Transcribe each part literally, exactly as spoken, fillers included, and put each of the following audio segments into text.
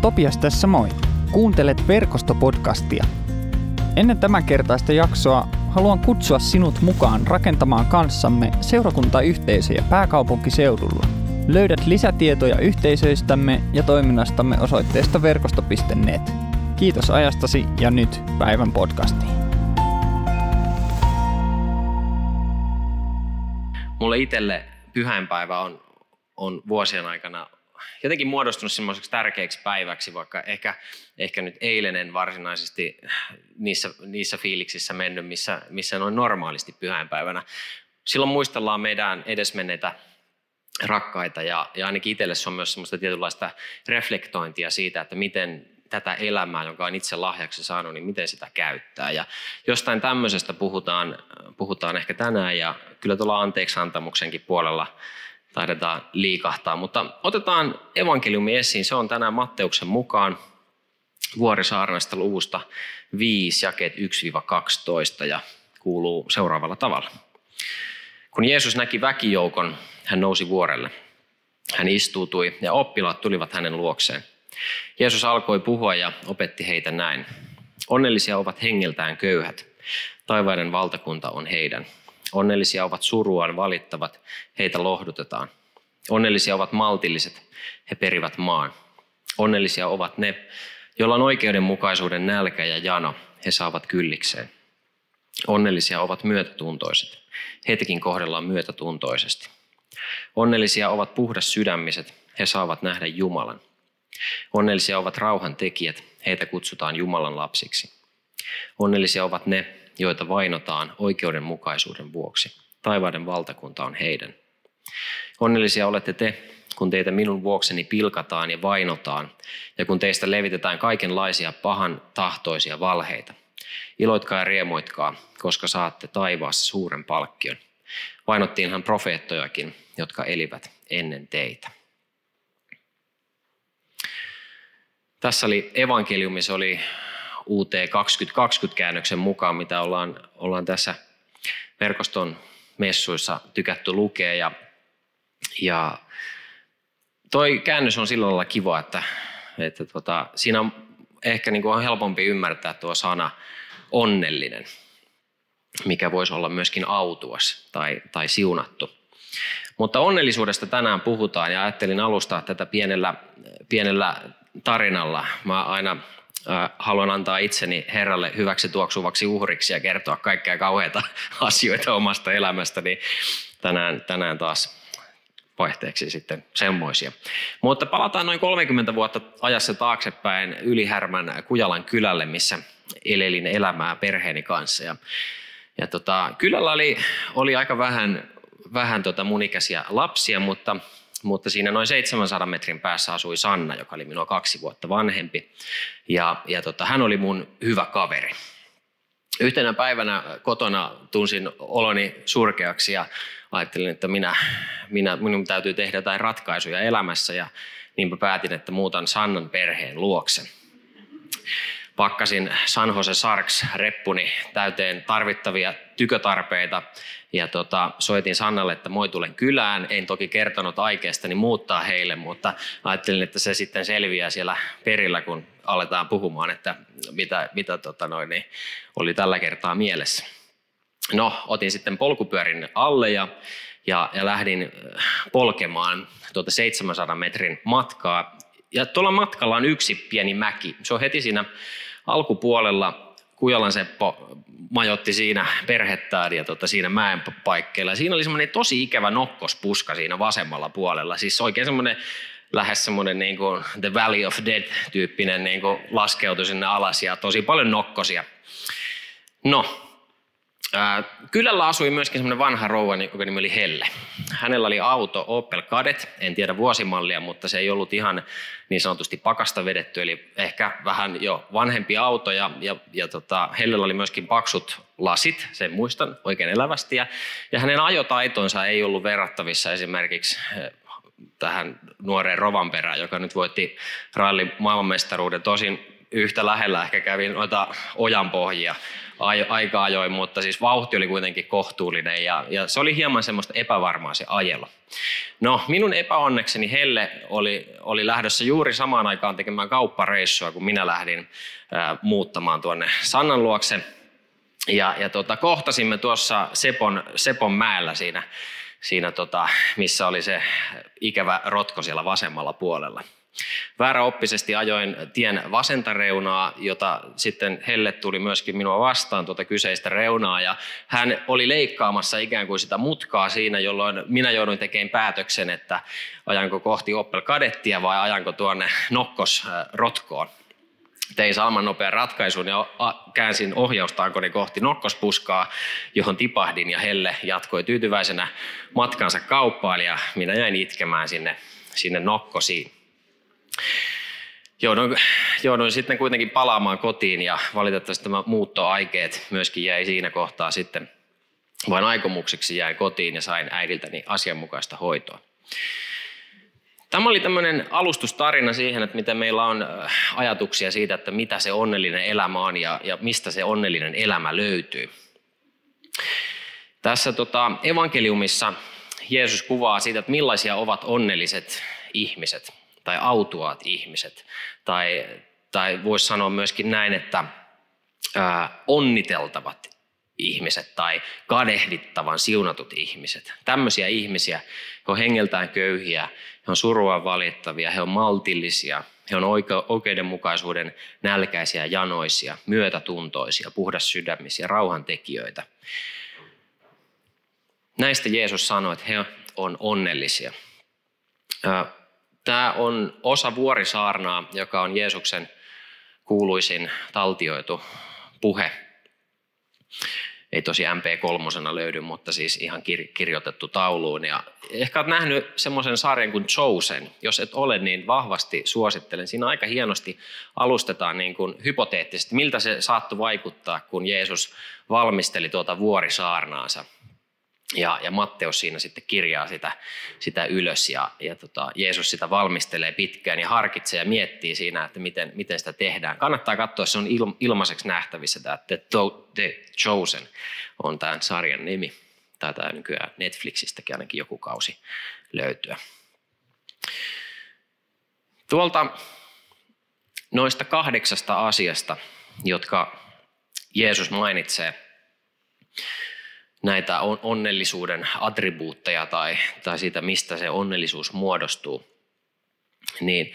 Topias tässä moi. Kuuntelet Verkosto-podcastia. Ennen tämänkertaista jaksoa haluan kutsua sinut mukaan rakentamaan kanssamme seurakuntayhteisöjä pääkaupunkiseudulla. Löydät lisätietoja yhteisöistämme ja toiminnastamme osoitteesta verkosto piste net. Kiitos ajastasi ja nyt päivän podcastiin. Mulle itselle pyhäinpäivä on, on vuosien aikana jotenkin muodostunut semmoiseksi tärkeäksi päiväksi, vaikka ehkä, ehkä nyt eilen en varsinaisesti niissä, niissä fiiliksissä mennyt, missä, missä noin normaalisti pyhäinpäivänä. Silloin muistellaan meidän edesmenneitä rakkaita ja, ja ainakin itselle se on myös semmoista tietynlaista reflektointia siitä, että miten tätä elämää, jonka on itse lahjaksi saanut, niin miten sitä käyttää. Ja jostain tämmöisestä puhutaan, puhutaan ehkä tänään ja kyllä tuolla anteeksiantamuksenkin puolella taidetaan liikahtaa, mutta otetaan evankeliumi esiin. Se on tänään Matteuksen mukaan Vuorisaarnasta luvusta viisi, jakeet yksi kaksitoista ja kuuluu seuraavalla tavalla. Kun Jeesus näki väkijoukon, hän nousi vuorelle. Hän istuutui ja oppilaat tulivat hänen luokseen. Jeesus alkoi puhua ja opetti heitä näin. Onnellisia ovat hengeltään köyhät. Taivaiden valtakunta on heidän. Onnellisia ovat suruaan valittavat, heitä lohdutetaan. Onnellisia ovat maltilliset, he perivät maan. Onnellisia ovat ne, joilla on oikeudenmukaisuuden nälkä ja jano, he saavat kyllikseen. Onnellisia ovat myötätuntoiset, heitäkin kohdellaan myötätuntoisesti. Onnellisia ovat puhdas sydämiset, he saavat nähdä Jumalan. Onnellisia ovat rauhan tekijät, heitä kutsutaan Jumalan lapsiksi. Onnellisia ovat ne, joita vainotaan oikeudenmukaisuuden vuoksi. Taivaiden valtakunta on heidän. Onnellisia olette te, kun teitä minun vuokseni pilkataan ja vainotaan, ja kun teistä levitetään kaikenlaisia pahan tahtoisia valheita. Iloitkaa ja riemoitkaa, koska saatte taivaassa suuren palkkion. Vainottiinhan profeettojakin, jotka elivät ennen teitä. Tässä oli evankeliumi, se oli U T kaksituhattakaksikymmentä-käännöksen mukaan, mitä ollaan, ollaan tässä verkoston messuissa tykätty lukea. Ja, ja toi käännös on sillä lailla kiva, että, että tota, siinä on ehkä niin kuin on helpompi ymmärtää tuo sana onnellinen, mikä voisi olla myöskin autuas tai, tai siunattu. Mutta onnellisuudesta tänään puhutaan ja ajattelin alustaa tätä pienellä, pienellä tarinalla. Mä aina äh, haluan antaa itseni Herralle hyväksi tuoksuvaksi uhriksi ja kertoa kaikkea kauheita asioita omasta elämästäni. Tänään, tänään taas vaihteeksi sitten semmoisia. Mutta palataan noin kolmekymmentä vuotta ajassa taaksepäin Ylihärmän Kujalan kylälle, missä elelin elämää perheeni kanssa. Ja, ja tota, kylällä oli, oli aika vähän, vähän tota mun ikäisiä lapsia, mutta Mutta siinä noin seitsemänsadan metrin päässä asui Sanna, joka oli minua kaksi vuotta vanhempi. Ja, ja tota, hän oli mun hyvä kaveri. Yhtenä päivänä kotona tunsin oloni surkeaksi ja ajattelin, että minä, minä, minun täytyy tehdä jotain ratkaisuja elämässä. Ja niinpä päätin, että muutan Sannan perheen luokse. Pakkasin San Jose Sharks reppuni täyteen tarvittavia tykötarpeita ja tota, soitin Sannalle, että moi tulen kylään. En toki kertonut aikeestani muuttaa heille, mutta ajattelin, että se sitten selviää siellä perillä, kun aletaan puhumaan, että mitä, mitä tota noin, niin oli tällä kertaa mielessä. No, otin sitten polkupyörin alle ja, ja, ja lähdin polkemaan tuota seitsemänsadan metrin matkaa. Ja tuolla matkalla on yksi pieni mäki. Se on heti siinä alkupuolella. Kujalan Seppo majoitti siinä perhettään ja tota, siinä mäen paikkeilla. Siinä oli semmoinen tosi ikävä nokkospuska siinä vasemmalla puolella. Siis oikein semmoinen lähes semmoinen niin kuin The Valley of Dead-tyyppinen niin kuin laskeutui sinne alas ja tosi paljon nokkosia. No, ää, kylällä asui myöskin semmoinen vanha rouva, joka nimi oli Helle. Hänellä oli auto Opel Kadett, en tiedä vuosimallia, mutta se ei ollut ihan niin sanotusti pakasta vedetty, eli ehkä vähän jo vanhempi auto ja, ja, ja tota, Hellellä oli myöskin paksut lasit, sen muistan oikein elävästi, ja, ja hänen ajotaitonsa ei ollut verrattavissa esimerkiksi tähän nuoreen Rovanperään, joka nyt voitti rallin maailmanmestaruuden. Tosin yhtä lähellä ehkä kävin noita ojanpohjia aika ajoin, mutta siis vauhti oli kuitenkin kohtuullinen ja, ja se oli hieman semmoista epävarmaa se ajelo. No minun epäonnekseni Helle oli, oli lähdössä juuri samaan aikaan tekemään kauppareissua, kun minä lähdin ää, muuttamaan tuonne Sannan luokse. Ja, ja tota, kohtasimme tuossa Sepon, Sepon mäellä siinä, siinä tota, missä oli se ikävä rotko siellä vasemmalla puolella. Vääräoppisesti ajoin tien vasenta reunaa, jota sitten Helle tuli myöskin minua vastaan tuota kyseistä reunaa. Ja hän oli leikkaamassa ikään kuin sitä mutkaa siinä, jolloin minä jouduin tekemään päätöksen, että ajanko kohti Opel Kadettia vai ajanko tuonne Nokkos-rotkoon. Tein saaman nopean ratkaisun ja käänsin ohjaustankoni kohti nokkospuskaa, johon tipahdin ja Helle jatkoi tyytyväisenä matkansa kauppaan ja minä jäin itkemään sinne, sinne nokkosiin. Jouduin, jouduin sitten kuitenkin palaamaan kotiin ja valitettavasti tämä muuttoaikeet myöskin jäi siinä kohtaa sitten vain aikomukseksi jäin kotiin ja sain äidiltäni asianmukaista hoitoa. Tämä oli tämmöinen alustustarina siihen, että miten meillä on ajatuksia siitä, että mitä se onnellinen elämä on ja, ja mistä se onnellinen elämä löytyy. Tässä tota, evankeliumissa Jeesus kuvaa siitä, että millaisia ovat onnelliset ihmiset tai autuaat ihmiset. Tai, tai voisi sanoa myöskin näin, että ää, onniteltavat ihmiset tai kadehdittavan siunatut ihmiset. Tämmöisiä ihmisiä, he on hengeltään köyhiä, he on surua valittavia, he on maltillisia, he on oikeudenmukaisuuden nälkäisiä, janoisia, myötätuntoisia, puhdassydämisiä, rauhantekijöitä. Näistä Jeesus sanoi, että he on onnellisia. Tämä on osa vuorisaarnaa, joka on Jeesuksen kuuluisin taltioitu puhe. Ei tosi M P kolme löydy, mutta siis ihan kir- kirjoitettu tauluun. Ja ehkä olet nähnyt semmoisen sarjan kuin Chosen. Jos et ole, niin vahvasti suosittelen. Siinä aika hienosti alustetaan niin kuin hypoteettisesti, miltä se saattoi vaikuttaa, kun Jeesus valmisteli tuota vuorisaarnaansa. Ja, ja Matteus siinä sitten kirjaa sitä, sitä ylös ja, ja tota, Jeesus sitä valmistelee pitkään ja harkitsee ja miettii siinä, että miten, miten sitä tehdään. Kannattaa katsoa, se on il, ilmaiseksi nähtävissä, tämä The, The Chosen on tämän sarjan nimi. Taitaa nykyään Netflixistäkin ainakin joku kausi löytyä. Tuolta noista kahdeksasta asiasta, jotka Jeesus mainitsee, näitä onnellisuuden attribuutteja tai, tai siitä, mistä se onnellisuus muodostuu, niin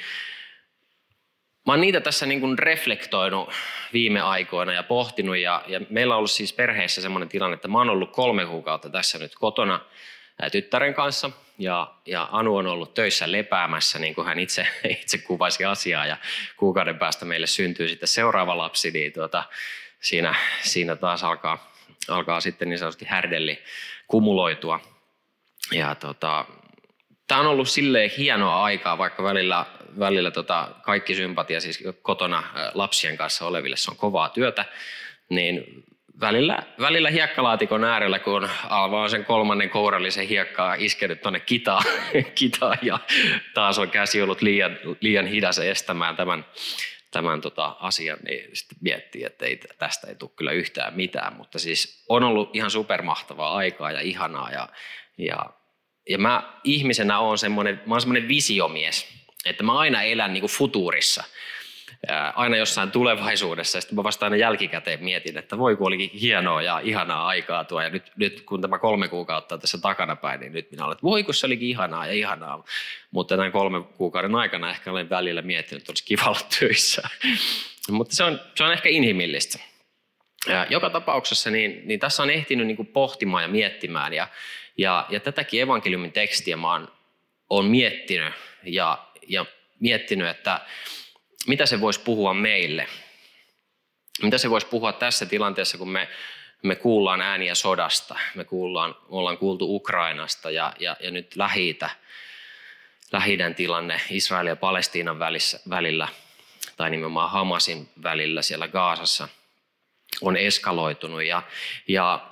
mä oon niitä tässä niin kuin reflektoinut viime aikoina ja pohtinut. Ja, ja meillä on ollut siis perheessä semmoinen tilanne, että mä oon ollut kolme kuukautta tässä nyt kotona tyttären kanssa. Ja, ja Anu on ollut töissä lepäämässä, niin kuin hän itse, itse kuvasi asiaa. Ja kuukauden päästä meille syntyy sitten seuraava lapsi, niin tuota, siinä, siinä taas alkaa... alkaa sitten niin sanotusti härdelli kumuloitua. Ja tota, tämä on ollut silleen hienoa aikaa, vaikka välillä, välillä tota, kaikki sympatia siis kotona lapsien kanssa oleville, se on kovaa työtä, niin välillä, välillä hiekkalaatikon äärellä, kun Alva on sen kolmannen kourallisen hiekkaa iskenyt tuonne kitaan, kitaan ja taas on käsi ollut liian, liian hidas estämään tämän tämän tota, asian, niin sitten miettii, että ei, tästä ei tule kyllä yhtään mitään, mutta siis on ollut ihan supermahtavaa aikaa ja ihanaa ja, ja, ja mä ihmisenä oon semmoinen, mä oon semmoinen visiomies, että mä aina elän niin kuin futuurissa, ää, aina jossain tulevaisuudessa ja sitten mä vasta aina jälkikäteen mietin, että voi kun olikin hienoa ja ihanaa aikaa tuo ja nyt, nyt kun tämä kolme kuukautta on tässä takanapäin, niin nyt minä olen, että voi kun se olikin ihanaa ja ihanaa. Mutta näin kolmen kuukauden aikana ehkä olen välillä miettinyt, että olisi kiva olla töissä. Mutta se on, se on ehkä inhimillistä. Ja joka tapauksessa niin, niin tässä on ehtinyt niin kuin pohtimaan ja miettimään. Ja, ja, ja tätäkin evankeliumin tekstiä mä oon, oon miettinyt ja, ja miettinyt, että mitä se voisi puhua meille. Mitä se voisi puhua tässä tilanteessa, kun me, me kuullaan ääniä sodasta. Me, kuullaan, me ollaan kuultu Ukrainasta ja, ja, ja nyt Lähi-itä. Lähi-idän tilanne Israelin ja Palestiinan välissä, välillä, tai nimenomaan Hamasin välillä siellä Gaasassa, on eskaloitunut. Ja, ja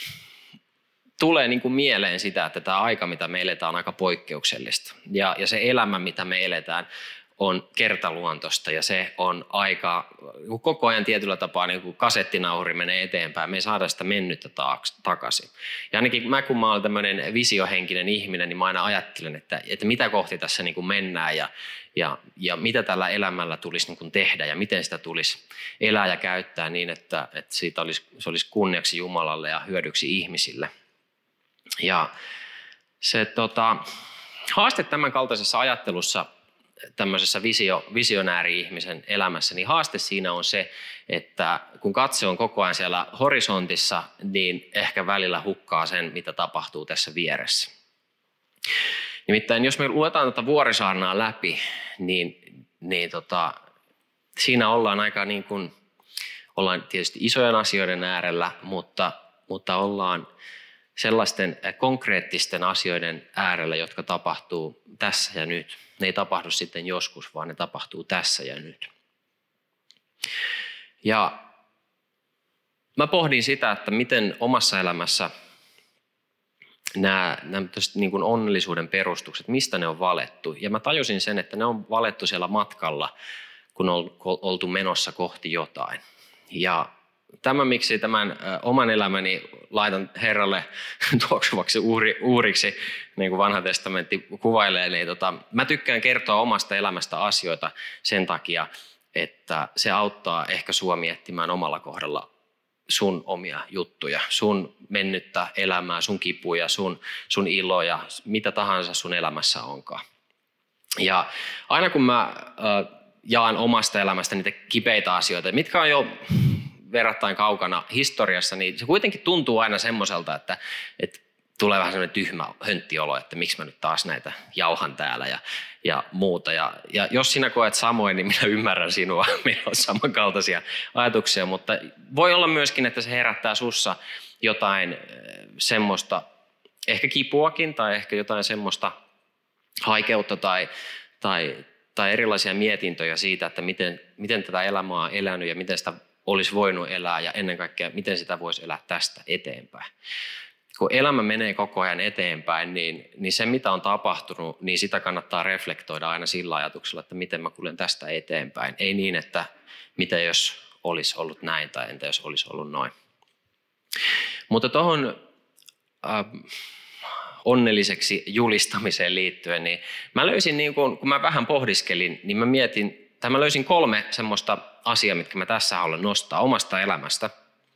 tulee niin kuin mieleen sitä, että tämä aika, mitä me eletään, on aika poikkeuksellista. Ja, ja se elämä, mitä me eletään, on kertaluontoista ja se on aika, koko ajan tietyllä tapaa niin kuin kasettinauhuri menee eteenpäin, me ei saada sitä mennyttä takaisin. Ja ainakin mä, kun mä olen tämmöinen visiohenkinen ihminen, niin mä aina ajattelen, että, että mitä kohti tässä niin kuin mennään ja, ja, ja mitä tällä elämällä tulisi niin kuin tehdä ja miten sitä tulisi elää ja käyttää niin, että, että siitä olisi, se olisi kunniaksi Jumalalle ja hyödyksi ihmisille. Ja se tota, haaste tämän kaltaisessa ajattelussa, tämmöisessä visio, visionääri-ihmisen elämässä, niin haaste siinä on se, että kun katse on koko ajan siellä horisontissa, niin ehkä välillä hukkaa sen, mitä tapahtuu tässä vieressä. Nimittäin jos me luetaan tätä Vuorisaarnaa läpi, niin, niin tota, siinä ollaan aika niin kuin, ollaan tietysti isojen asioiden äärellä, mutta, mutta ollaan sellaisten konkreettisten asioiden äärellä, jotka tapahtuu tässä ja nyt. Ne ei tapahdu sitten joskus, vaan ne tapahtuu tässä ja nyt. Ja mä pohdin sitä, että miten omassa elämässä nämä, nämä niin kuin onnellisuuden perustukset, mistä ne on valettu. Ja mä tajusin sen, että ne on valettu siellä matkalla, kun on oltu menossa kohti jotain. Ja tämä, miksi tämän ö, oman elämäni laitan Herralle tuoksuvaksi uuri, uuriksi, niin kuin vanha testamentti kuvailee, niin tota, mä tykkään kertoa omasta elämästä asioita sen takia, että se auttaa ehkä sua miettimään omalla kohdalla sun omia juttuja, sun mennyttä elämää, sun kipuja, sun, sun iloja, mitä tahansa sun elämässä onkaan. Ja aina kun mä ö, jaan omasta elämästä niitä kipeitä asioita, mitkä on jo verrattain kaukana historiassa, niin se kuitenkin tuntuu aina semmoiselta, että, että tulee vähän semmoinen tyhmä hönttiolo, että miksi mä nyt taas näitä jauhan täällä ja, ja muuta. Ja, ja jos sinä koet samoin, niin minä ymmärrän sinua, meillä on samankaltaisia ajatuksia, mutta voi olla myöskin, että se herättää sussa jotain semmoista, ehkä kipuakin tai ehkä jotain semmoista haikeutta tai, tai, tai erilaisia mietintöjä siitä, että miten, miten tätä elämää on elänyt ja miten sitä olisi voinut elää ja ennen kaikkea, miten sitä voisi elää tästä eteenpäin. Kun elämä menee koko ajan eteenpäin, niin, niin se mitä on tapahtunut, niin sitä kannattaa reflektoida aina sillä ajatuksella, että miten mä kuljen tästä eteenpäin. Ei niin, että mitä jos olisi ollut näin tai entä jos olisi ollut noin. Mutta tuohon äh, onnelliseksi julistamiseen liittyen, niin mä löysin, niin kun, kun mä vähän pohdiskelin, niin mä mietin, tai mä löysin kolme semmoista asiaa, mitkä mä tässä haluan nostaa omasta elämästä,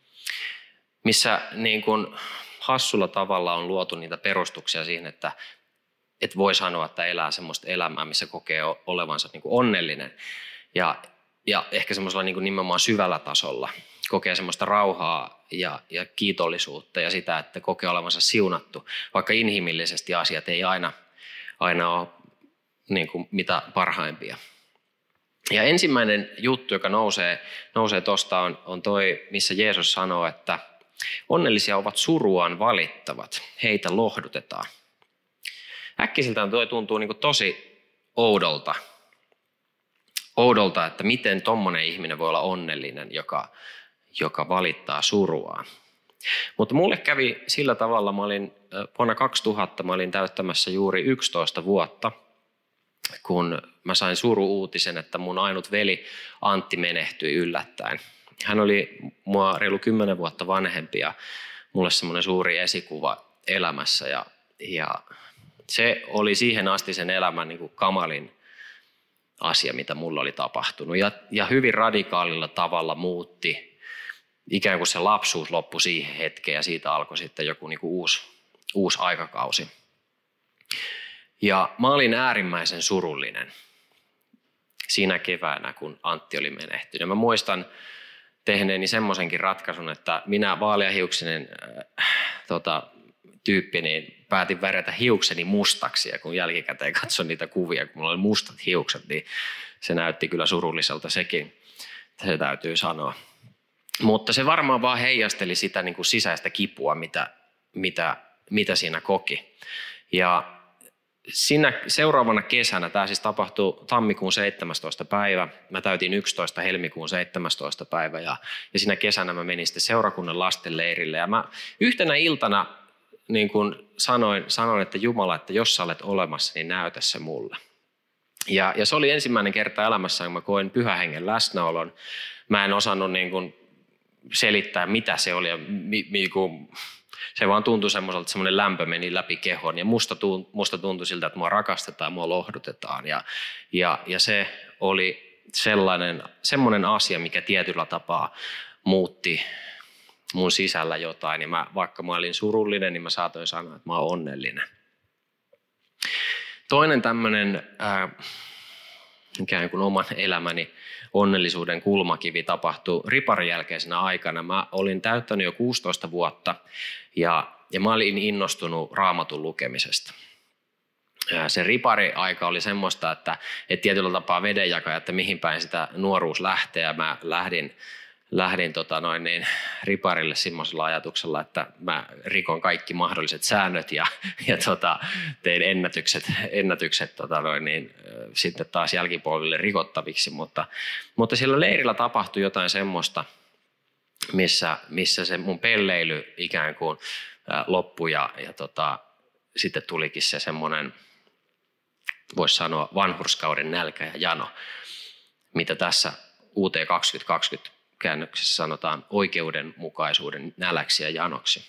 missä niin kun hassulla tavalla on luotu niitä perustuksia siihen, että et voi sanoa, että elää semmoista elämää, missä kokee olevansa niin kuin onnellinen. Ja, ja ehkä semmoisella niin kuin nimenomaan syvällä tasolla kokee semmoista rauhaa ja, ja kiitollisuutta ja sitä, että kokee olevansa siunattu, vaikka inhimillisesti asiat ei aina, aina ole niin kuin mitä parhaimpia. Ja ensimmäinen juttu, joka nousee, nousee tuosta, on, on toi, missä Jeesus sanoo, että onnellisia ovat suruaan valittavat, heitä lohdutetaan. Äkkiseltään tuo tuntuu niin kuin tosi oudolta, oudolta, että miten tommonen ihminen voi olla onnellinen, joka, joka valittaa suruaan. Mutta mulle kävi sillä tavalla, mä olin vuonna kaksituhatta, mä olin täyttämässä juuri yksitoista vuotta, kun mä sain suru-uutisen, että mun ainut veli Antti menehtyi yllättäen. Hän oli mua reilu kymmenen vuotta vanhempi ja mulle semmoinen suuri esikuva elämässä. Ja, ja se oli siihen asti sen elämän niin kuin kamalin asia, mitä mulla oli tapahtunut. Ja, ja hyvin radikaalilla tavalla muutti. Ikään kuin se lapsuus loppui siihen hetkeen ja siitä alkoi sitten joku niin kuin uusi, uusi aikakausi. Ja mä olin äärimmäisen surullinen siinä keväänä, kun Antti oli menehtynyt. Ja mä muistan tehneeni semmoisenkin ratkaisun, että minä vaaleahiuksinen äh, tota, tyyppi, niin päätin värjätä hiukseni mustaksi. Ja kun jälkikäteen katson niitä kuvia, kun mulla oli mustat hiukset, niin se näytti kyllä surulliselta sekin, se täytyy sanoa. Mutta se varmaan vaan heijasteli sitä niin kuin sisäistä kipua, mitä, mitä, mitä siinä koki. Ja siinä seuraavana kesänä, tämä siis tapahtui tammikuun seitsemästoista päivä, mä täytin yksitoista helmikuun seitsemästoista päivä ja, ja siinä kesänä mä menin sitten seurakunnan lastenleirille ja mä yhtenä iltana niin kuin sanoin, sanoin, että Jumala, että jos sä olet olemassa, niin näytä se mulle. Ja, ja se oli ensimmäinen kerta elämässä, kun mä koin Pyhän Hengen läsnäolon. Mä en osannut niin kuin selittää, mitä se oli. Ja mi, mi, kun se vaan tuntui semmoiselta, että semmoinen lämpö meni läpi kehon. Ja musta, tunt, musta tuntui siltä, että mua rakastetaan, mua lohdutetaan. Ja, ja, ja se oli sellainen, semmoinen asia, mikä tietyllä tapaa muutti mun sisällä jotain. Ja mä, vaikka mä olin surullinen, niin mä saatoin sanoa, että mä oon onnellinen. Toinen tämmöinen äh, ikään kuin oman elämäni onnellisuuden kulmakivi tapahtui riparin jälkeisenä aikana. Mä olin täyttänyt jo kuusitoista vuotta ja, ja mä olin innostunut Raamatun lukemisesta. Se ripari-aika oli semmoista, että, että tietyllä tapaa vedenjakaja, että mihin päin sitä nuoruus lähtee. Ja mä lähdin, lähdin tota noin niin, riparille semmoisella ajatuksella, että mä rikon kaikki mahdolliset säännöt ja, ja tota, tein ennätykset, ennätykset tota noin niin, sitten taas jälkipolville rikottaviksi. Mutta, mutta sillä leirillä tapahtui jotain semmoista, missä, missä se mun pelleily ikään kuin loppui ja, ja tota, sitten tulikin se semmoinen, voisi sanoa, vanhurskauden nälkä ja jano, mitä tässä U T kaksituhattakaksikymmentä käännöksessä sanotaan oikeudenmukaisuuden näläksi ja janoksi.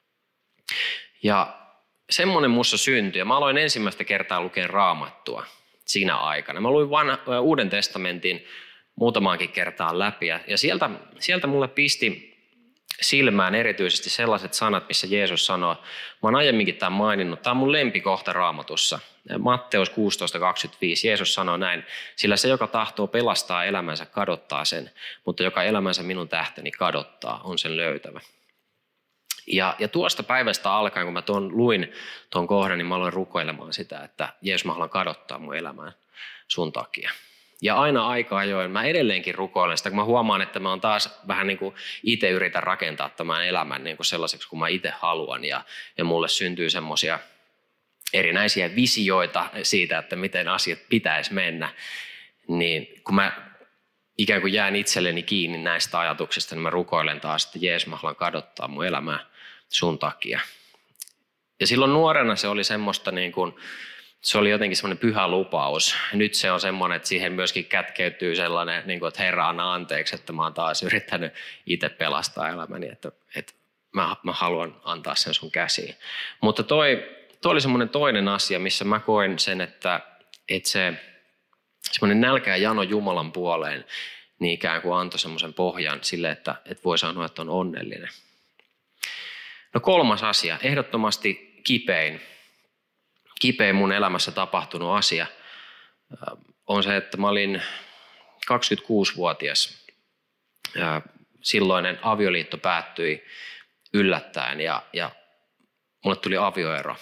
Ja semmoinen musta syntyi, ja mä aloin ensimmäistä kertaa lukea Raamattua siinä aikana. Mä luin vanha, Uuden testamentin muutamaankin kertaan läpi, ja sieltä, sieltä mulle pisti silmään erityisesti sellaiset sanat, missä Jeesus sanoo, mä oon aiemminkin tämän maininnut, tämä on mun lempikohta Raamatussa. Matteus kuusitoista kaksikymmentäviisi, Jeesus sanoo näin, sillä se, joka tahtoo pelastaa elämänsä, kadottaa sen, mutta joka elämänsä minun tähteni kadottaa, on sen löytävä. Ja, ja tuosta päivästä alkaen, kun mä tuon, luin tuon kohdan, niin mä aloin rukoilemaan sitä, että Jeesus, mä haluan kadottaa mun elämään sun takia. Ja aina aika ajoin mä edelleenkin rukoilen sitä, kun mä huomaan, että mä oon taas vähän niin kuin itse yritän rakentaa tämän elämän niin kuin sellaiseksi, kun mä itse haluan. Ja, ja mulle syntyy semmoisia erinäisiä visioita siitä, että miten asiat pitäisi mennä. Niin kun mä ikään kuin jään itselleni kiinni näistä ajatuksista, niin mä rukoilen taas, että Jeesus, mä haluan kadottaa mun elämää sun takia. Ja silloin nuorena se oli semmoista niin kuin, se oli jotenkin semmoinen pyhä lupaus. Nyt se on semmoinen, että siihen myöskin kätkeytyy sellainen, niin kuin, että Herra anna anteeksi, että mä oon taas yrittänyt itse pelastaa elämäni, että, että mä, mä haluan antaa sen sun käsiin. Mutta toi, toi oli semmoinen toinen asia, missä mä koin sen, että, että se semmoinen nälkä ja jano Jumalan puoleen, niin ikään kuin antoi semmoisen pohjan sille, että, että voi sanoa, että on onnellinen. No kolmas asia, ehdottomasti kipein. Kipein mun elämässä tapahtunut asia on se, että mä olin kaksikymmentäkuusivuotias. Silloinen avioliitto päättyi yllättäen ja, ja mulle tuli avioero.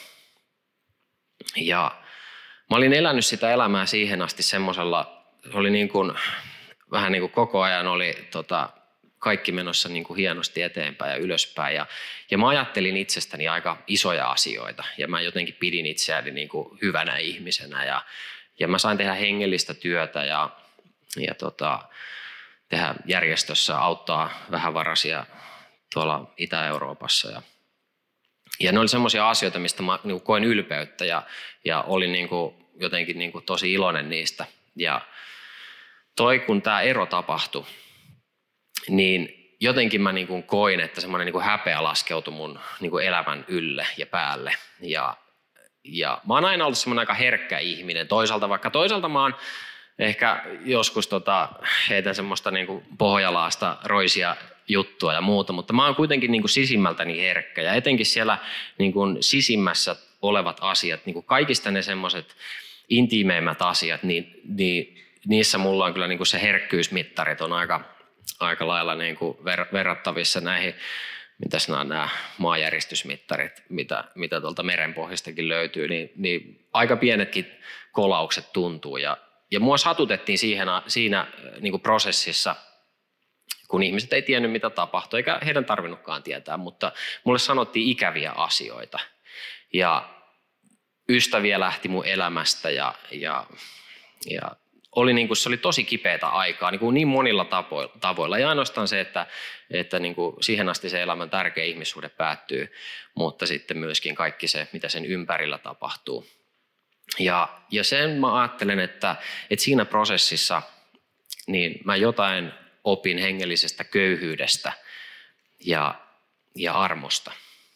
Ja mä olin elänyt sitä elämää siihen asti semmoisella, oli niin kuin, vähän niin kuin koko ajan oli tota, kaikki menossa niin kuin hienosti eteenpäin ja ylöspäin. Ja, ja mä ajattelin itsestäni aika isoja asioita ja mä jotenkin pidin itseäni niin kuin hyvänä ihmisenä. Ja, ja mä sain tehdä hengellistä työtä ja, ja tota, tehdä järjestössä, auttaa vähävaraisia tuolla Itä-Euroopassa. Ja, ja ne oli semmoisia asioita, mistä mä niin kuin koin ylpeyttä ja, ja olin niin kuin, jotenkin niin kuin tosi iloinen niistä. Ja toi, kun tämä ero tapahtui, niin jotenkin mä niin kuin koin, että semmoinen niin kuin häpeä laskeutui mun niin kuin elämän ylle ja päälle. Ja, ja mä oon aina ollut semmoinen aika herkkä ihminen. Toisaalta, vaikka toisaalta mä oon ehkä joskus tota, heitän semmoista niin kuin pohjalaasta roisia juttua ja muuta, mutta mä oon kuitenkin niin kuin sisimmältäni herkkä. Ja etenkin siellä niin kuin sisimmässä olevat asiat, niin kuin kaikista ne semmoiset intiimeimmät asiat, niin, niin niissä mulla on kyllä niin kuin se herkkyysmittarit on aika, aika lailla niin kuin ver- verrattavissa näihin, mitäs nämä, nämä maanjäristysmittarit, mitä, mitä tuolta merenpohjastakin löytyy, niin, niin aika pienetkin kolaukset tuntuu. Ja, ja mua satutettiin siihen, siinä niin kuin prosessissa, kun ihmiset ei tiennyt, mitä tapahtui, eikä heidän tarvinnutkaan tietää, mutta mulle sanottiin ikäviä asioita. Ja ystäviä lähti mun elämästä ja, ja, ja oli niin kuin, se oli tosi kipeätä aikaa niin, kuin niin monilla tavoilla. Ja ainoastaan se, että, että niin kuin siihen asti se elämän tärkeä ihmissuhde päättyy, mutta sitten myöskin kaikki se, mitä sen ympärillä tapahtuu. Ja, ja sen mä ajattelen, että, että siinä prosessissa niin mä jotain opin hengellisestä köyhyydestä ja, ja armosta.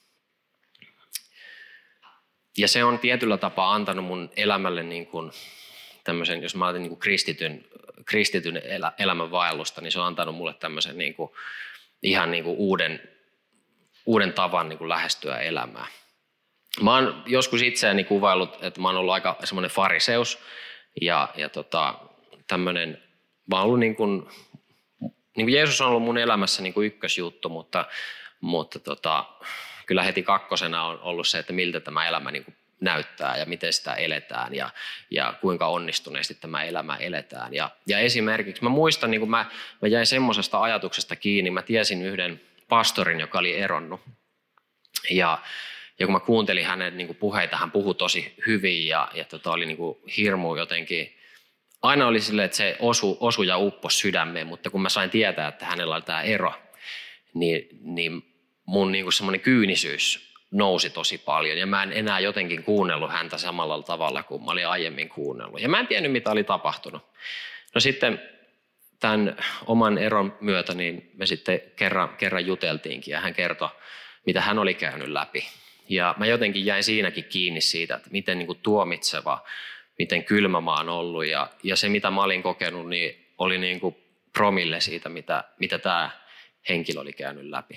Ja se on tietyllä tapaa antanut mun elämälle niin kuin tämmöisen, jos mä ajattelen niin kuin kristityn, kristityn elä, elämän vaellusta, niin se on antanut mulle tämmöisen niin kuin, ihan niin kuin uuden, uuden tavan niin kuin lähestyä elämää. Mä oon joskus itseäni kuvaillut, että mä oon ollut aika semmoinen fariseus ja, ja tota, tämmöinen, mä oon ollut niin kuin, niin kuin Jeesus on ollut mun elämässä niin kuin ykkösjuttu, mutta, mutta tota, kyllä heti kakkosena on ollut se, että miltä tämä elämä niin kuin näyttää ja miten sitä eletään ja, ja kuinka onnistuneesti tämä elämä eletään. Ja, ja esimerkiksi mä muistan, niin kun mä, mä jäin semmoisesta ajatuksesta kiinni, mä tiesin yhden pastorin, joka oli eronnut. Ja, ja kun mä kuuntelin hänen niin kuin puheita, hän puhui tosi hyvin ja, ja tota, oli niin kuin hirmu jotenkin, aina oli silleen, että se osu, osu ja upposi sydämeen, mutta kun mä sain tietää, että hänellä oli tämä ero, niin, niin mun niin kuin semmoinen kyynisyys nousi tosi paljon ja mä en enää jotenkin kuunnellut häntä samalla tavalla kuin mä olin aiemmin kuunnellut. Ja mä en tiennyt, mitä oli tapahtunut. No sitten tämän oman eron myötä niin me sitten kerran, kerran juteltiinkin ja hän kertoi, mitä hän oli käynyt läpi. Ja mä jotenkin jäin siinäkin kiinni siitä, että miten niin kuin tuomitseva, miten kylmä mä oon ollut. Ja, ja se, mitä mä olin kokenut, niin oli niin kuin promille siitä, mitä, mitä tämä henkilö oli käynyt läpi.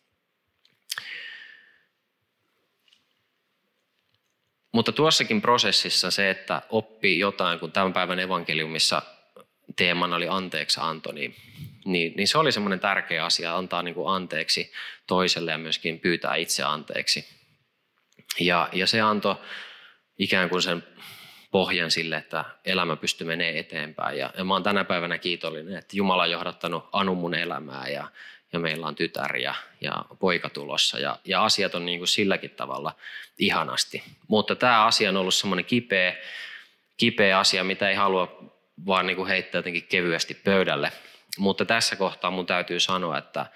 Mutta tuossakin prosessissa se, että oppi jotain, kun tämän päivän evankeliumissa teemana oli anteeksi anto, niin, niin, niin se oli semmoinen tärkeä asia, antaa niin kuin anteeksi toiselle ja myöskin pyytää itse anteeksi. Ja, ja se antoi ikään kuin sen pohjan sille, että elämä pystyy menemään eteenpäin. Ja, ja mä oon tänä päivänä kiitollinen, että Jumala on johdattanut Anu mun elämää ja, ja meillä on tytär ja, ja poika tulossa. Ja, ja asiat on niin kuin silläkin tavalla ihanasti. Mutta tämä asia on ollut semmoinen kipeä, kipeä asia, mitä ei halua vaan niin kuin heittää jotenkin kevyesti pöydälle. Mutta tässä kohtaa mun täytyy sanoa, että,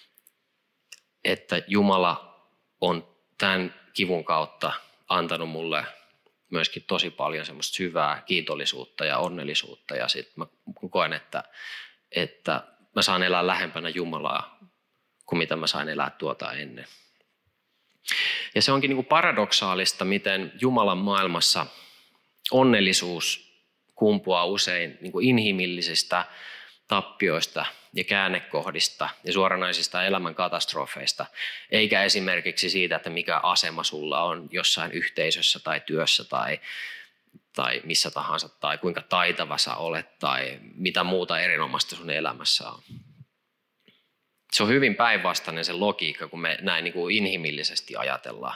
että Jumala on tämän kivun kautta antanut mulle myöskin tosi paljon semmoista syvää kiitollisuutta ja onnellisuutta. Ja sitten mä koen, että, että mä saan elää lähempänä Jumalaa kuin mitä mä sain elää tuota ennen. Ja se onkin niin kuin paradoksaalista, miten Jumalan maailmassa onnellisuus kumpuaa usein niin kuin inhimillisistä tappioista ja käännekohdista ja suoranaisista elämän katastrofeista, eikä esimerkiksi siitä, että mikä asema sulla on jossain yhteisössä tai työssä tai, tai missä tahansa, tai kuinka taitava sä olet tai mitä muuta erinomaista sun elämässä on. Se on hyvin päinvastainen se logiikka, kun me näin niin kuin inhimillisesti ajatellaan.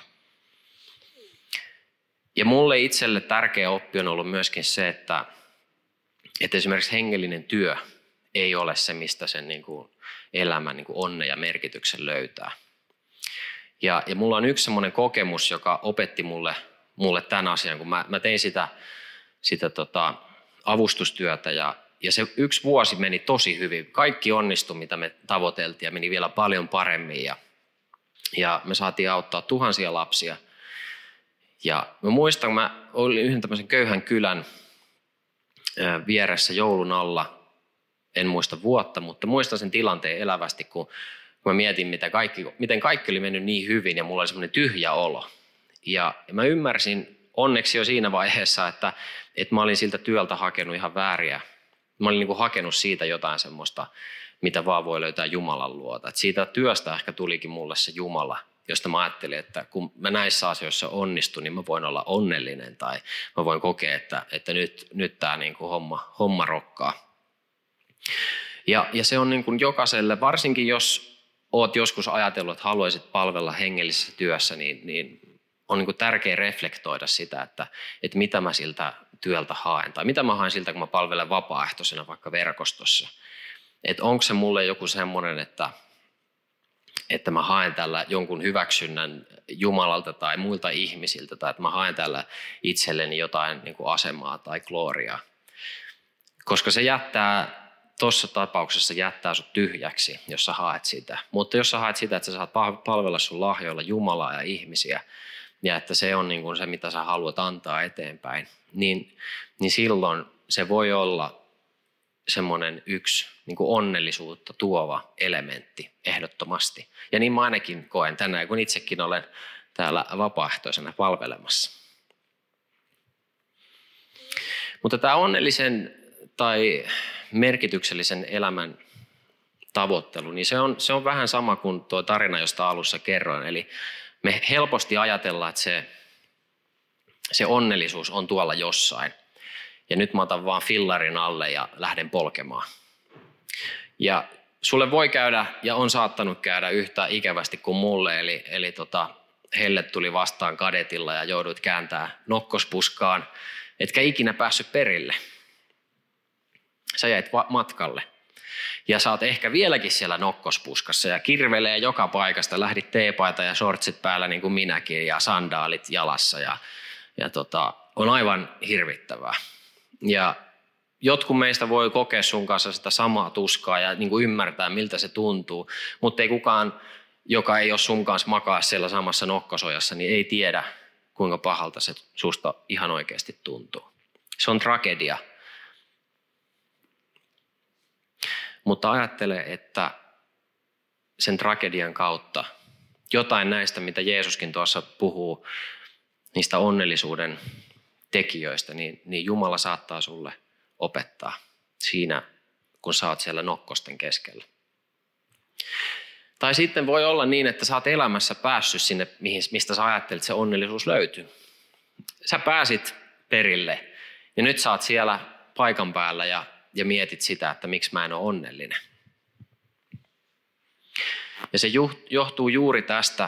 Ja mulle itselle tärkeä oppi on ollut myöskin se, että, että esimerkiksi hengellinen työ ei ole se, mistä sen niin kuin elämän niin kuin onnen ja merkityksen löytää. Ja, ja mulla on yksi semmoinen kokemus, joka opetti mulle, mulle tämän asian, kun mä, mä tein sitä, sitä tota, avustustyötä ja, ja se yksi vuosi meni tosi hyvin. Kaikki onnistui, mitä me tavoiteltiin ja meni vielä paljon paremmin ja, ja me saatiin auttaa tuhansia lapsia. Ja mä muistan, kun mä olin yhden tämmöisen köyhän kylän vieressä joulun alla, en muista vuotta, mutta muistan sen tilanteen elävästi, kun, kun mä mietin, mitä kaikki, miten kaikki oli mennyt niin hyvin ja mulla oli semmoinen tyhjä olo. Ja, ja mä ymmärsin onneksi jo siinä vaiheessa, että, että mä olin siltä työltä hakenut ihan vääriä. Mä olin niin kuin hakenut siitä jotain semmoista, mitä vaan voi löytää Jumalan luota. Et siitä työstä ehkä tulikin mulle se Jumala, josta mä ajattelin, että kun mä näissä asioissa onnistun, niin mä voin olla onnellinen tai mä voin kokea, että, että nyt, nyt tämä niin kuin homma, homma rokkaa. Ja, ja se on niin kuin jokaiselle, varsinkin jos oot joskus ajatellut, että haluaisit palvella hengellisessä työssä, niin, niin on niin kuin tärkeää reflektoida sitä, että, että mitä mä siltä työltä haen. Tai mitä mä haen siltä, kun mä palvelen vapaaehtoisena vaikka verkostossa. Että onko se mulle joku semmoinen, että, että mä haen tällä jonkun hyväksynnän Jumalalta tai muilta ihmisiltä, tai että mä haen tällä itselleni jotain niin kuin asemaa tai gloriaa. Koska se jättää, tuossa tapauksessa jättää sut tyhjäksi, jos sä haet sitä. Mutta jos sä haet sitä, että sä saat palvella sun lahjoilla Jumalaa ja ihmisiä, ja että se on niin kuin se, mitä sä haluat antaa eteenpäin, niin, niin silloin se voi olla semmoinen yksi niin kuin onnellisuutta tuova elementti ehdottomasti. Ja niin mä ainakin koen tänään, kun itsekin olen täällä vapaaehtoisena palvelemassa. Mutta tämä onnellisen tai merkityksellisen elämän tavoittelu, niin se on, se on vähän sama kuin tuo tarina, josta alussa kerroin. Eli me helposti ajatellaan, että se, se onnellisuus on tuolla jossain. Ja nyt mä otan vaan fillarin alle ja lähden polkemaan. Ja sulle voi käydä ja on saattanut käydä yhtä ikävästi kuin mulle. Eli, eli tota, helle tuli vastaan kadetilla ja jouduit kääntää nokkospuskaan, etkä ikinä päässyt perille. Sä jäit matkalle. Ja sä oot ehkä vieläkin siellä nokkospuskassa ja kirvelee joka paikasta. Lähdit teepaita ja shortsit päällä niin kuin minäkin ja sandaalit jalassa. Ja, ja tota, on aivan hirvittävää. Ja jotkut meistä voi kokea sun kanssa sitä samaa tuskaa ja niin kuin ymmärtää, miltä se tuntuu. Mutta ei kukaan, joka ei ole sun kanssa makaa siellä samassa nokkosojassa, niin ei tiedä, kuinka pahalta se susta ihan oikeasti tuntuu. Se on tragedia. Mutta ajattele, että sen tragedian kautta jotain näistä, mitä Jeesuskin tuossa puhuu, niistä onnellisuuden tekijöistä, niin, niin Jumala saattaa sulle opettaa siinä, kun sä oot siellä nokkosten keskellä. Tai sitten voi olla niin, että sä oot elämässä päässyt sinne, mistä sä ajattelet, että se onnellisuus löytyy. Sä pääsit perille ja nyt sä oot siellä paikan päällä ja, ja mietit sitä, että miksi mä en ole onnellinen. Ja se johtuu juuri tästä,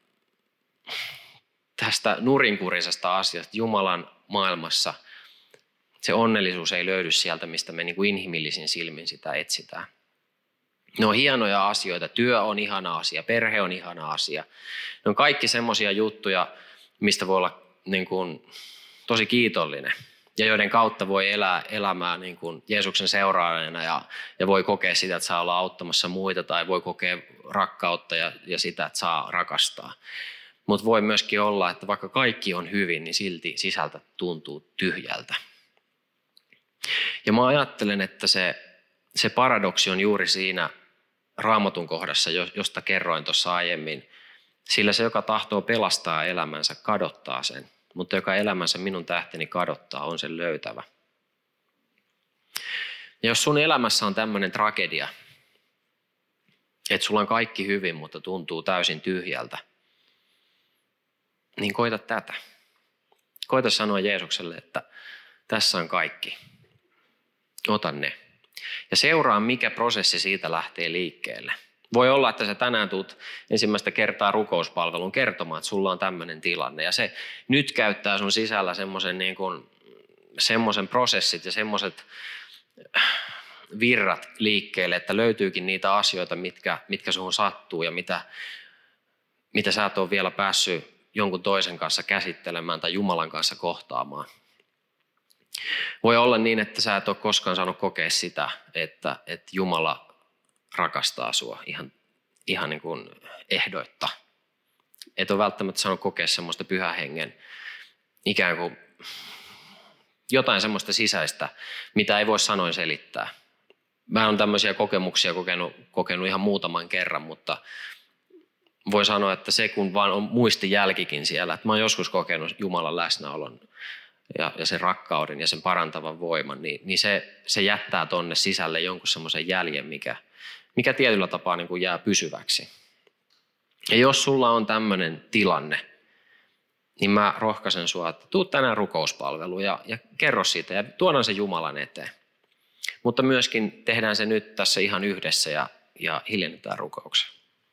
tästä nurinkurisesta asiasta Jumalan maailmassa. Se onnellisuus ei löydy sieltä, mistä me niin kuin inhimillisin silmin sitä etsitään. Ne on hienoja asioita, työ on ihana asia, perhe on ihana asia. Ne on kaikki semmoisia juttuja, mistä voi olla niin kuin tosi kiitollinen ja joiden kautta voi elää elämää niin kuin Jeesuksen seuraajana ja, ja voi kokea sitä, että saa olla auttamassa muita tai voi kokea rakkautta ja, ja sitä, että saa rakastaa. Mutta voi myöskin olla, että vaikka kaikki on hyvin, niin silti sisältä tuntuu tyhjältä. Ja mä ajattelen, että se, se paradoksi on juuri siinä Raamatun kohdassa, josta kerroin tuossa aiemmin. Sillä se, joka tahtoo pelastaa elämänsä, kadottaa sen. Mutta joka elämänsä minun tähteni kadottaa, on sen löytävä. Ja jos sun elämässä on tämmöinen tragedia, että sulla on kaikki hyvin, mutta tuntuu täysin tyhjältä, niin koita tätä. Koita sanoa Jeesukselle, että tässä on kaikki. Ota ne. Ja seuraa, mikä prosessi siitä lähtee liikkeelle. Voi olla, että sä tänään tulet ensimmäistä kertaa rukouspalvelun kertomaan, että sulla on tämmöinen tilanne. Ja se nyt käyttää sun sisällä semmoisen niin kuin, semmoisen prosessit ja semmoiset virrat liikkeelle, että löytyykin niitä asioita, mitkä, mitkä suhun sattuu ja mitä, mitä sä et ole vielä päässyt jonkun toisen kanssa käsittelemään tai Jumalan kanssa kohtaamaan. Voi olla niin, että sä et ole koskaan saanut kokea sitä, että, että Jumala rakastaa sua ihan, ihan niin kuin ehdoitta. Et ole välttämättä saanut kokea semmoista pyhän hengen ikään kuin jotain semmoista sisäistä, mitä ei voi sanoin selittää. Mä olen tämmöisiä kokemuksia kokenut, kokenut ihan muutaman kerran, mutta voi sanoa, että se kun vaan on muistijälkikin siellä, että mä oon joskus kokenut Jumalan läsnäolon ja, ja sen rakkauden ja sen parantavan voiman, niin, niin se, se jättää tonne sisälle jonkun semmoisen jäljen, mikä, mikä tietyllä tapaa niin kuin jää pysyväksi. Ja jos sulla on tämmöinen tilanne, niin mä rohkaisen sua, että tuu tänään rukouspalveluun ja, ja kerro siitä ja tuodaan se Jumalan eteen. Mutta myöskin tehdään se nyt tässä ihan yhdessä ja, ja hiljennetään rukouksen.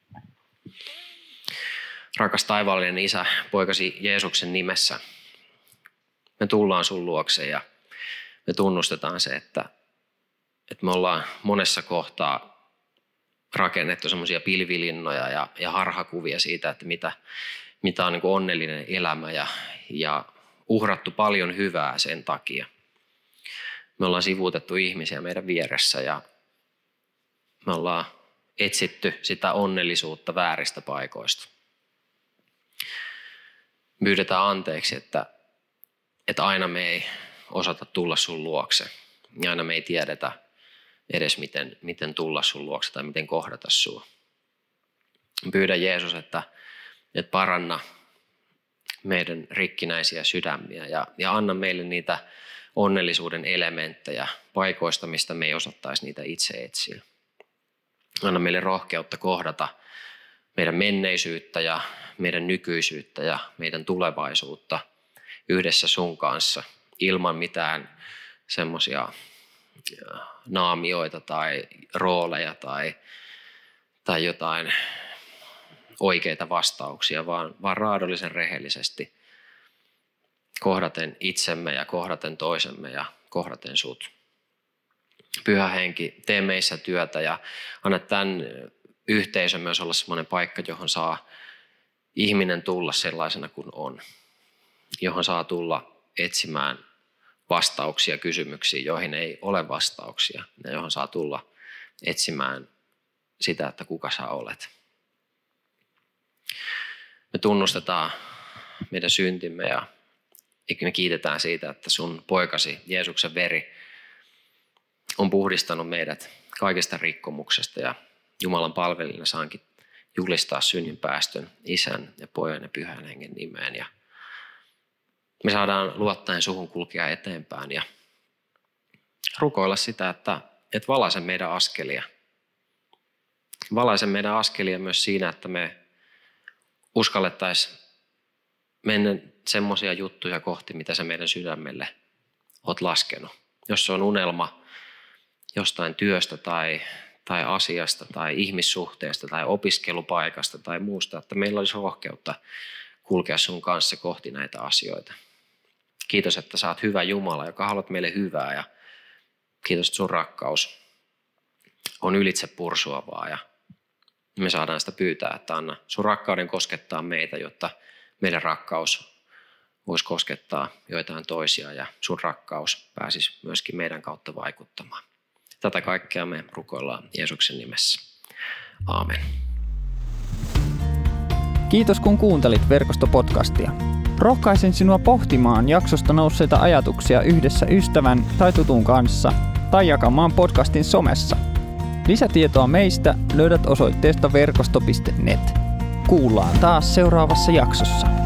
Rakas taivaallinen Isä, poikasi Jeesuksen nimessä, me tullaan sun luokse ja me tunnustetaan se, että, että me ollaan monessa kohtaa rakennettu semmoisia pilvilinnoja ja, ja harhakuvia siitä, että mitä, mitä on niin kuin onnellinen elämä ja, ja uhrattu paljon hyvää sen takia. Me ollaan sivuutettu ihmisiä meidän vieressä ja me ollaan etsitty sitä onnellisuutta vääristä paikoista. pyydetään anteeksi, että, että aina me ei osata tulla sun luokse. Ja aina me ei tiedetä edes, miten, miten tulla sun luokse tai miten kohdata sua. Pyydä Jeesus, että, että paranna meidän rikkinäisiä sydämiä ja, ja anna meille niitä onnellisuuden elementtejä paikoista, mistä me ei osattaisi niitä itse etsiä. Anna meille rohkeutta kohdata meidän menneisyyttä ja meidän nykyisyyttä ja meidän tulevaisuutta yhdessä sun kanssa ilman mitään semmoisia naamioita tai rooleja tai, tai jotain oikeita vastauksia, vaan, vaan raadollisen rehellisesti kohdaten itsemme ja kohdaten toisemme ja kohdaten sut. Pyhä Henki, tee meissä työtä ja anna tämän yhteisön myös olla semmoinen paikka, johon saa ihminen tulla sellaisena kuin on. Johon saa tulla etsimään vastauksia kysymyksiin, joihin ei ole vastauksia. Ja johon saa tulla etsimään sitä, että kuka sä olet. Me tunnustetaan meidän syntimme ja me kiitetään siitä, että sun poikasi Jeesuksen veri on puhdistanut meidät kaikesta rikkomuksesta ja Jumalan palvelijana saankin julistaa synninpäästön Isän ja Pojan ja Pyhän Hengen nimeen. Ja me saadaan luottaen suhun kulkea eteenpäin ja rukoilla sitä, että, että valaise meidän askelia. Valaise meidän askelia myös siinä, että me uskallettaisiin mennä semmoisia juttuja kohti, mitä sä meidän sydämelle oot laskenut. Jos se on unelma jostain työstä tai, tai asiasta tai ihmissuhteesta tai opiskelupaikasta tai muusta, että meillä olisi rohkeutta kulkea sun kanssa kohti näitä asioita. Kiitos, että sä oot hyvä Jumala, joka haluat meille hyvää ja kiitos, että sun rakkaus on ylitse pursuavaa ja me saadaan sitä pyytää, että anna sun rakkauden koskettaa meitä, jotta meidän rakkaus voisi koskettaa joitain toisia ja sun rakkaus pääsisi myöskin meidän kautta vaikuttamaan. Tätä kaikkea me rukoillaan Jeesuksen nimessä. Aamen. Kiitos kun kuuntelit Verkosto-podcastia. Rohkaisen sinua pohtimaan jaksosta nousseita ajatuksia yhdessä ystävän tai tutun kanssa tai jakamaan podcastin somessa. Lisätietoa meistä löydät osoitteesta verkosto piste net. Kuullaan taas seuraavassa jaksossa.